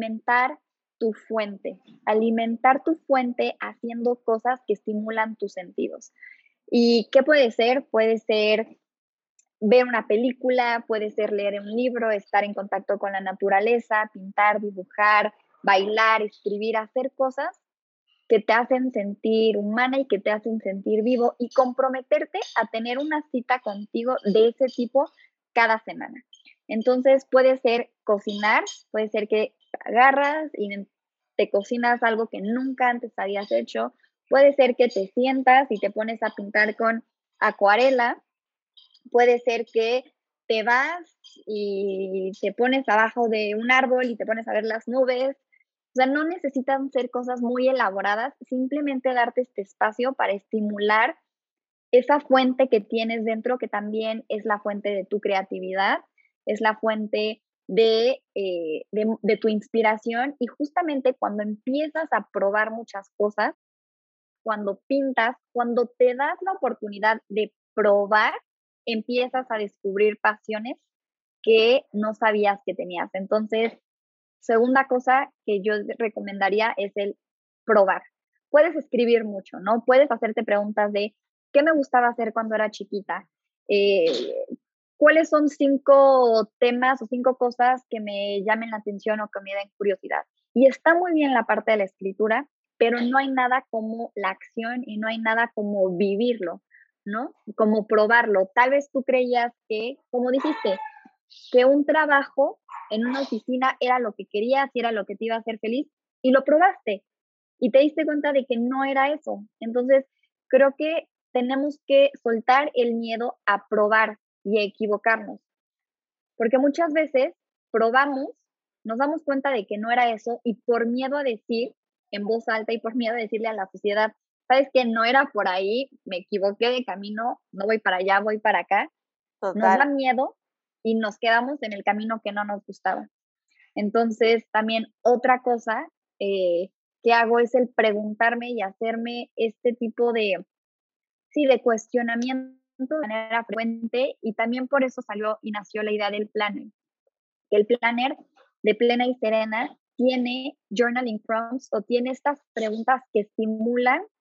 alimentar tu fuente haciendo cosas que estimulan tus sentidos. ¿Y qué puede ser? Puede ser ver una película, puede ser leer un libro, estar en contacto con la naturaleza, pintar, dibujar, bailar, escribir, hacer cosas que te hacen sentir humana y que te hacen sentir vivo y comprometerte a tener una cita contigo de ese tipo cada semana. Entonces puede ser cocinar, puede ser que agarras y te cocinas algo que nunca antes habías hecho, puede ser que te sientas y te pones a pintar con acuarela, puede ser que te vas y te pones abajo de un árbol y te pones a ver las nubes. O sea, no necesitan ser cosas muy elaboradas, simplemente darte este espacio para estimular esa fuente que tienes dentro, que también es la fuente de tu creatividad, es la fuente de tu inspiración. Y justamente cuando empiezas a probar muchas cosas, cuando pintas, cuando te das la oportunidad de probar, empiezas a descubrir pasiones que no sabías que tenías. Entonces, segunda cosa que yo recomendaría es el probar. Puedes escribir mucho, ¿no? Puedes hacerte preguntas de qué me gustaba hacer cuando era chiquita. ¿Cuáles son 5 temas o 5 cosas que me llamen la atención o que me den curiosidad? Y está muy bien la parte de la escritura, pero no hay nada como la acción y no hay nada como vivirlo, ¿no? Como probarlo. Tal vez tú creías que, como dijiste, que un trabajo en una oficina era lo que querías y era lo que te iba a hacer feliz y lo probaste y te diste cuenta de que no era eso. Entonces, creo que tenemos que soltar el miedo a probar y a equivocarnos, porque muchas veces probamos, nos damos cuenta de que no era eso y por miedo a decir en voz alta y por miedo a decirle a la sociedad, sabes que no era por ahí, me equivoqué de camino, no voy para allá, voy para acá, nos da Total. miedo y nos quedamos en el camino que no nos gustaba. Entonces, también otra cosa que hago es el preguntarme y hacerme este tipo sí, de cuestionamiento de manera frecuente y también por eso salió y nació la idea del planner. Que el planner de Plena y Serena tiene journaling prompts o tiene estas preguntas que estimulan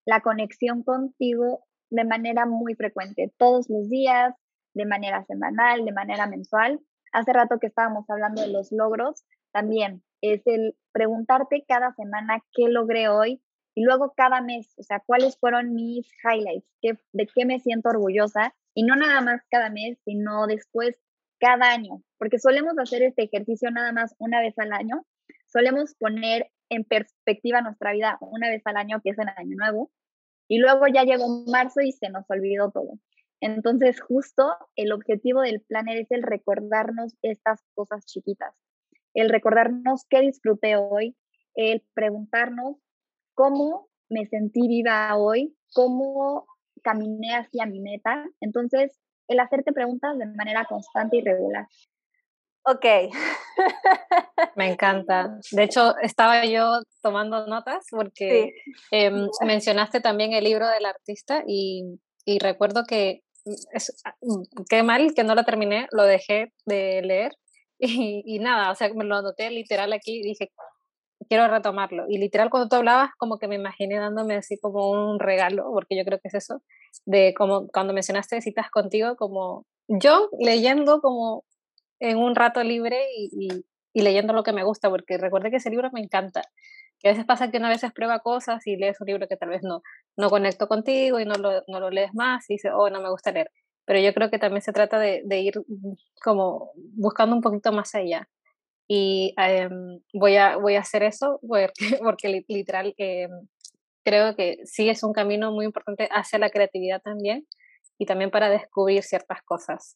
la conexión contigo de manera muy frecuente, todos los días, de manera semanal, de manera mensual. Hace rato que estábamos hablando de los logros, también es el preguntarte cada semana qué logré hoy y luego cada mes, o sea, cuáles fueron mis highlights, de qué me siento orgullosa y no nada más cada mes, sino después cada año, porque solemos hacer este ejercicio nada más una vez al año, solemos poner en perspectiva nuestra vida una vez al año, que es en Año Nuevo, y luego ya llegó marzo y se nos olvidó todo. Entonces, justo el objetivo del planner es el recordarnos estas cosas chiquitas, el recordarnos qué disfruté hoy, el preguntarnos cómo me sentí viva hoy, cómo caminé hacia mi meta. Entonces, el hacerte preguntas de manera constante y regular. Ok. Me encanta. De hecho, estaba yo tomando notas porque mencionaste también el libro del artista y recuerdo que qué mal que no lo terminé, lo dejé de leer y nada, o sea, me lo anoté literal aquí y dije, quiero retomarlo. Y literal cuando tú hablabas, como que me imaginé dándome así como un regalo, porque yo creo que es eso, de como cuando mencionaste citas contigo, como yo leyendo como en un rato libre y leyendo lo que me gusta, porque recuerde que ese libro me encanta. Que a veces pasa que una vez prueba cosas y lees un libro que tal vez no conecto contigo y no lo lees más y dices, oh, no me gusta leer. Pero yo creo que también se trata de ir como buscando un poquito más allá. Y voy a hacer eso porque, porque literal creo que sí es un camino muy importante hacia la creatividad también y también para descubrir ciertas cosas.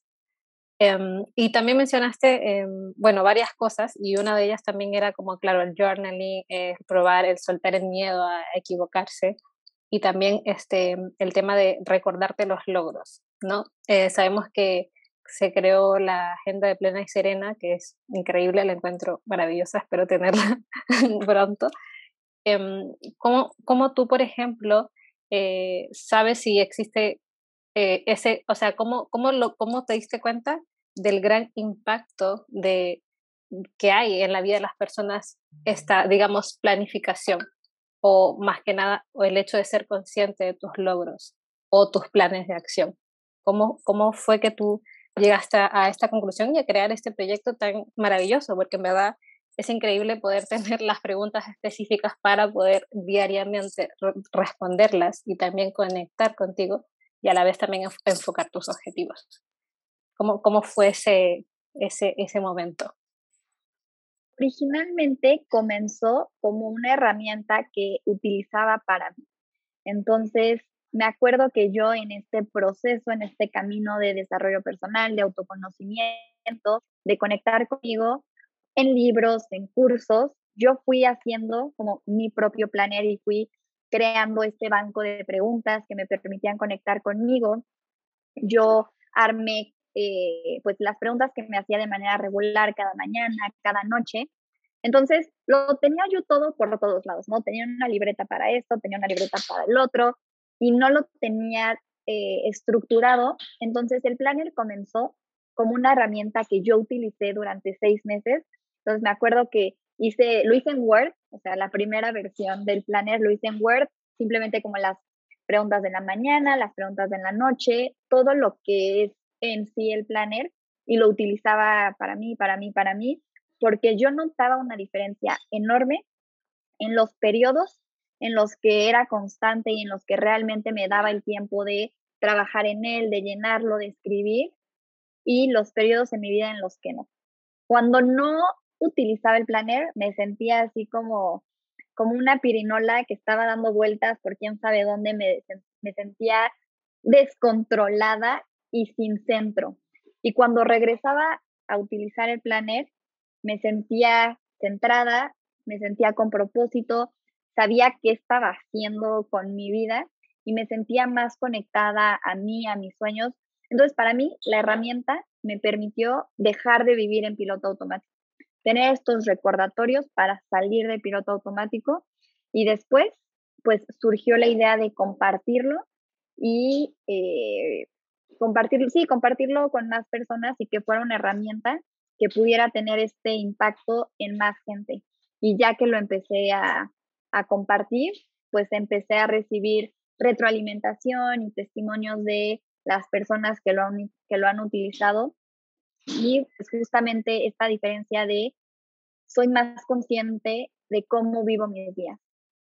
Y también mencionaste, bueno, varias cosas y una de ellas también era como, claro, el journaling, probar, el soltar el miedo a equivocarse y también el tema de recordarte los logros, ¿no? Sabemos que se creó la Agenda de Plena y Serena, que es increíble, la encuentro maravillosa, espero tenerla pronto. ¿Cómo tú, por ejemplo, sabes si existe o sea, ¿cómo te diste cuenta del gran impacto que hay en la vida de las personas esta, digamos, planificación? O más que nada, o el hecho de ser consciente de tus logros o tus planes de acción. ¿Cómo fue que tú llegaste a esta conclusión y a crear este proyecto tan maravilloso? Porque en verdad es increíble poder tener las preguntas específicas para poder diariamente responderlas y también conectar contigo y a la vez también enfocar tus objetivos. ¿Cómo fue ese momento? Originalmente comenzó como una herramienta que utilizaba para mí. Entonces, me acuerdo que yo en este proceso, en este camino de desarrollo personal, de autoconocimiento, de conectar conmigo, en libros, en cursos, yo fui haciendo como mi propio planner y fui creando este banco de preguntas que me permitían conectar conmigo. Yo armé pues las preguntas que me hacía de manera regular cada mañana, cada noche. Entonces, lo tenía yo todo por todos lados, ¿no? Tenía una libreta para esto, tenía una libreta para el otro, y no lo tenía estructurado. Entonces, el planner comenzó como una herramienta que yo utilicé durante 6 meses. Entonces, me acuerdo que lo hice en Word, o sea, la primera versión del planner lo hice en Word, simplemente como las preguntas de la mañana, las preguntas de la noche, todo lo que es en sí el planner, y lo utilizaba para mí, porque yo notaba una diferencia enorme en los periodos en los que era constante y en los que realmente me daba el tiempo de trabajar en él, de llenarlo, de escribir, y los periodos en mi vida en los que no. Cuando no utilizaba el planner, me sentía así como una pirinola que estaba dando vueltas por quién sabe dónde, me sentía descontrolada y sin centro. Y cuando regresaba a utilizar el planner, me sentía centrada, me sentía con propósito, sabía qué estaba haciendo con mi vida y me sentía más conectada a mí, a mis sueños. Entonces, para mí, la herramienta me permitió dejar de vivir en piloto automático, tener estos recordatorios para salir de piloto automático, y después, pues surgió la idea de compartirlo y compartirlo con más personas y que fuera una herramienta que pudiera tener este impacto en más gente. Y ya que lo empecé a compartir, pues empecé a recibir retroalimentación y testimonios de las personas que lo han utilizado. Y pues justamente esta diferencia de soy más consciente de cómo vivo mis días.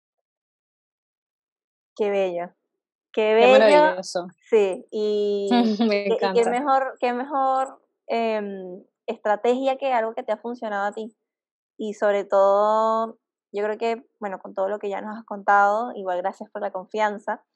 Qué bello. Qué Qué bello. maravilloso. Sí, y Me qué encanta. mejor estrategia que algo que te ha funcionado a ti. Y sobre todo, yo creo que, bueno, con todo lo que ya nos has contado, igual gracias por la confianza,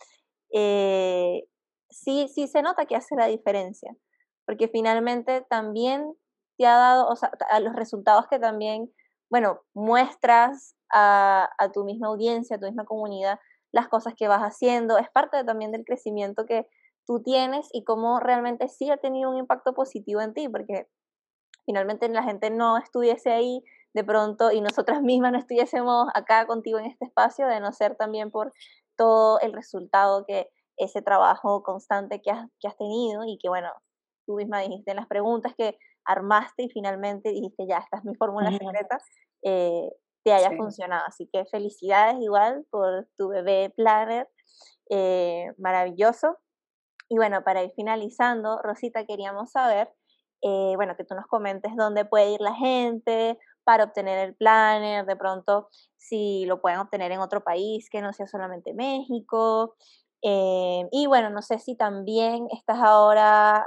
sí se nota que hace la diferencia, porque finalmente también te ha dado, o sea, a los resultados que también, bueno, muestras a tu misma audiencia, a tu misma comunidad, las cosas que vas haciendo, es parte también del crecimiento que tú tienes y cómo realmente sí ha tenido un impacto positivo en ti, porque finalmente la gente no estuviese ahí de pronto y nosotras mismas no estuviésemos acá contigo en este espacio, de no ser también por todo el resultado que ese trabajo constante que has tenido y que, bueno, tú misma dijiste en las preguntas que armaste y finalmente dijiste, ya, esta es mi fórmula secreta, te haya funcionado. Así que felicidades igual por tu bebé planner, maravilloso. Y bueno, para ir finalizando, Rosita, queríamos saber, bueno, que tú nos comentes dónde puede ir la gente para obtener el planner, de pronto si lo pueden obtener en otro país que no sea solamente México. Y bueno, no sé si también estás ahora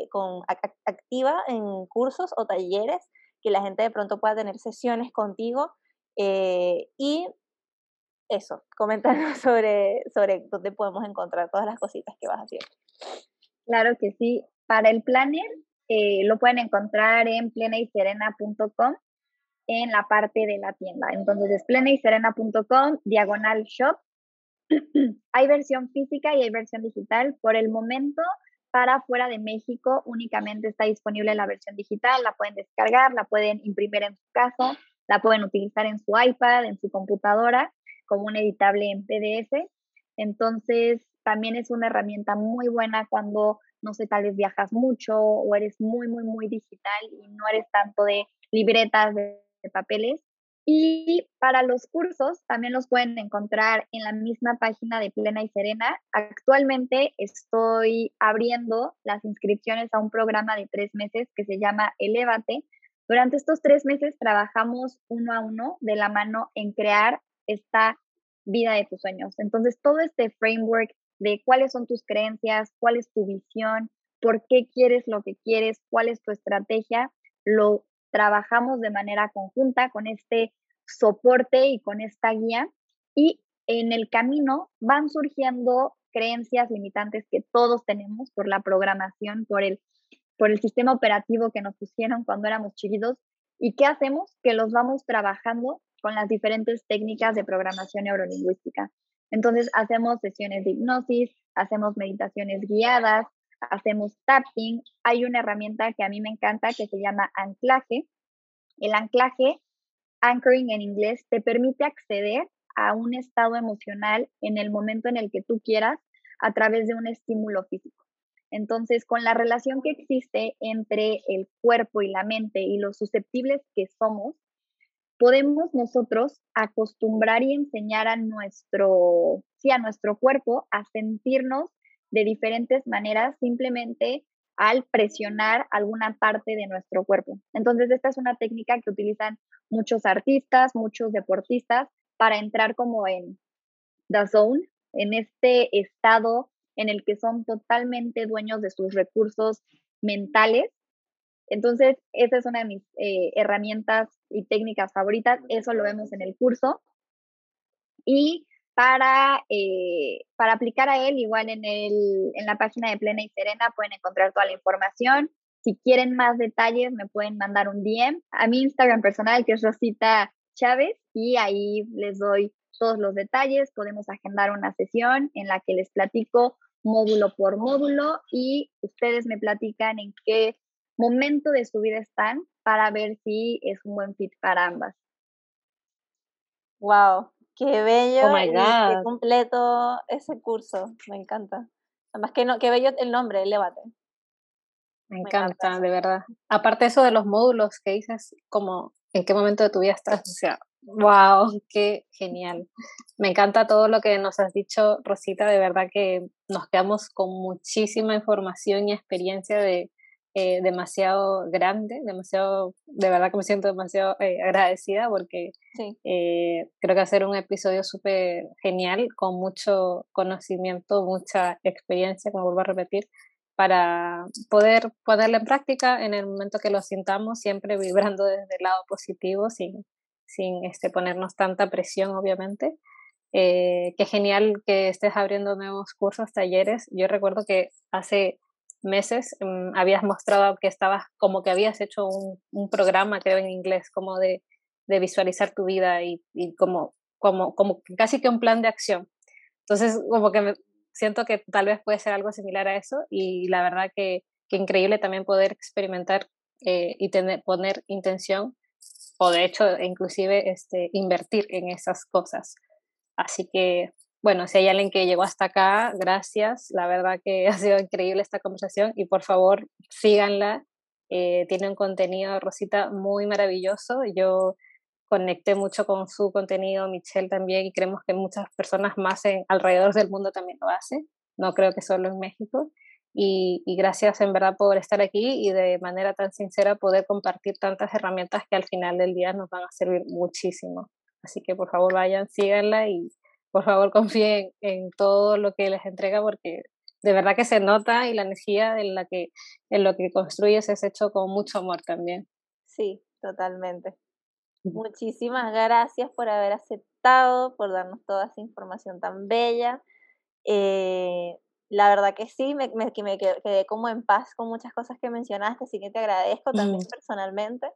activa en cursos o talleres que la gente de pronto pueda tener sesiones contigo. Y eso, coméntanos sobre dónde podemos encontrar todas las cositas que vas haciendo. Claro que sí. Para el planner lo pueden encontrar en plenayserena.com en la parte de la tienda. Entonces es plenayserena.com/shop. Hay versión física y hay versión digital. Por el momento, para fuera de México, únicamente está disponible la versión digital. La pueden descargar, la pueden imprimir en su casa, la pueden utilizar en su iPad, en su computadora, como un editable en PDF. Entonces, también es una herramienta muy buena cuando, no sé, tal vez viajas mucho o eres muy, muy, muy digital y no eres tanto de libretas, de papeles. Y para los cursos también los pueden encontrar en la misma página de Plena y Serena. Actualmente estoy abriendo las inscripciones a un programa de 3 meses que se llama Elévate. Durante estos 3 meses trabajamos uno a uno de la mano en crear esta vida de tus sueños. Entonces, todo este framework de cuáles son tus creencias, cuál es tu visión, por qué quieres lo que quieres, cuál es tu estrategia, lo trabajamos de manera conjunta con este soporte y con esta guía, y en el camino van surgiendo creencias limitantes que todos tenemos por la programación, por el sistema operativo que nos pusieron cuando éramos chiquitos. ¿Y qué hacemos? Que los vamos trabajando con las diferentes técnicas de programación neurolingüística. Entonces hacemos sesiones de hipnosis, hacemos meditaciones guiadas, hacemos tapping. Hay una herramienta que a mí me encanta que se llama anclaje. El anclaje, anchoring en inglés, te permite acceder a un estado emocional en el momento en el que tú quieras a través de un estímulo físico. Entonces, con la relación que existe entre el cuerpo y la mente y lo susceptibles que somos, podemos nosotros acostumbrar y enseñar a nuestro cuerpo a sentirnos de diferentes maneras simplemente al presionar alguna parte de nuestro cuerpo. Entonces, esta es una técnica que utilizan muchos artistas, muchos deportistas para entrar como en the zone, en este estado en el que son totalmente dueños de sus recursos mentales. Entonces, esa es una de mis herramientas y técnicas favoritas. Eso lo vemos en el curso. Y para aplicar a él, igual en la página de Plena y Serena pueden encontrar toda la información. Si quieren más detalles, me pueden mandar un DM a mi Instagram personal, que es Rosita Chávez, y ahí les doy todos los detalles. Podemos agendar una sesión en la que les platico módulo por módulo y ustedes me platican en qué momento de su vida están para ver si es un buen fit para ambas. Wow, qué bello Oh my y qué God. completo ese curso, me encanta. Además que qué bello el nombre, Elévate. Me encanta encanta, eso. de verdad. Aparte eso de los módulos que dices, como en qué momento de tu vida estás, o sea, Wow, qué genial. Me encanta todo lo que nos has dicho, Rosita. De verdad que nos quedamos con muchísima información y experiencia demasiado grande, demasiado, de verdad que me siento demasiado agradecida porque Sí, creo que va a ser un episodio súper genial, con mucho conocimiento, mucha experiencia, como vuelvo a repetir, para poder ponerla en práctica en el momento que lo sintamos, siempre vibrando desde el lado positivo, sin ponernos tanta presión, obviamente. Qué genial que estés abriendo nuevos cursos, talleres. Yo recuerdo que hace meses habías mostrado que estabas, como que habías hecho un programa, creo, en inglés, como de visualizar tu vida y como que casi que un plan de acción. Entonces, como que siento que tal vez puede ser algo similar a eso y la verdad que increíble también poder experimentar y poner intención o de hecho inclusive invertir en esas cosas. Así que, bueno, si hay alguien que llegó hasta acá, gracias. La verdad que ha sido increíble esta conversación y por favor síganla. Tiene un contenido, Rosita, muy maravilloso. Yo conecté mucho con su contenido, Michelle también, y creemos que muchas personas más alrededor del mundo también lo hacen. No creo que solo en México. Y gracias en verdad por estar aquí y de manera tan sincera poder compartir tantas herramientas que al final del día nos van a servir muchísimo. Así que por favor vayan, síganla y por favor confíen en todo lo que les entrega porque de verdad que se nota y la energía en lo que construyes es hecho con mucho amor también. sí, totalmente. Muchísimas gracias por haber aceptado, por darnos toda esa información tan bella. Eh, la verdad que sí, quedé como en paz con muchas cosas que mencionaste, así que te agradezco también personalmente.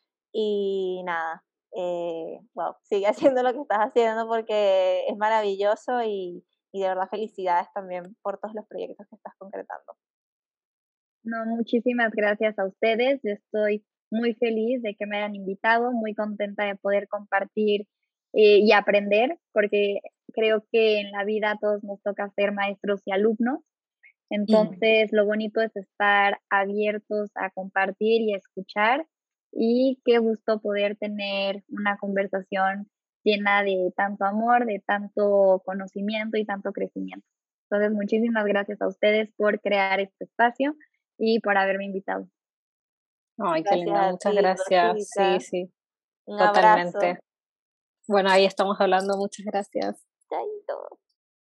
Y nada, wow, sigue haciendo lo que estás haciendo porque es maravilloso y de verdad felicidades también por todos los proyectos que estás concretando. No, muchísimas gracias a ustedes. Yo estoy muy feliz de que me hayan invitado, muy contenta de poder compartir y aprender, porque creo que en la vida a todos nos toca ser maestros y alumnos. Entonces, lo bonito es estar abiertos a compartir y escuchar. Y qué gusto poder tener una conversación llena de tanto amor, de tanto conocimiento y tanto crecimiento. Entonces, muchísimas gracias a ustedes por crear este espacio y por haberme invitado. Ay, qué Gracias linda, a muchas ti, gracias. Sí, Rosita. sí, Un abrazo. totalmente. Bueno, ahí estamos hablando, muchas gracias. Chaito.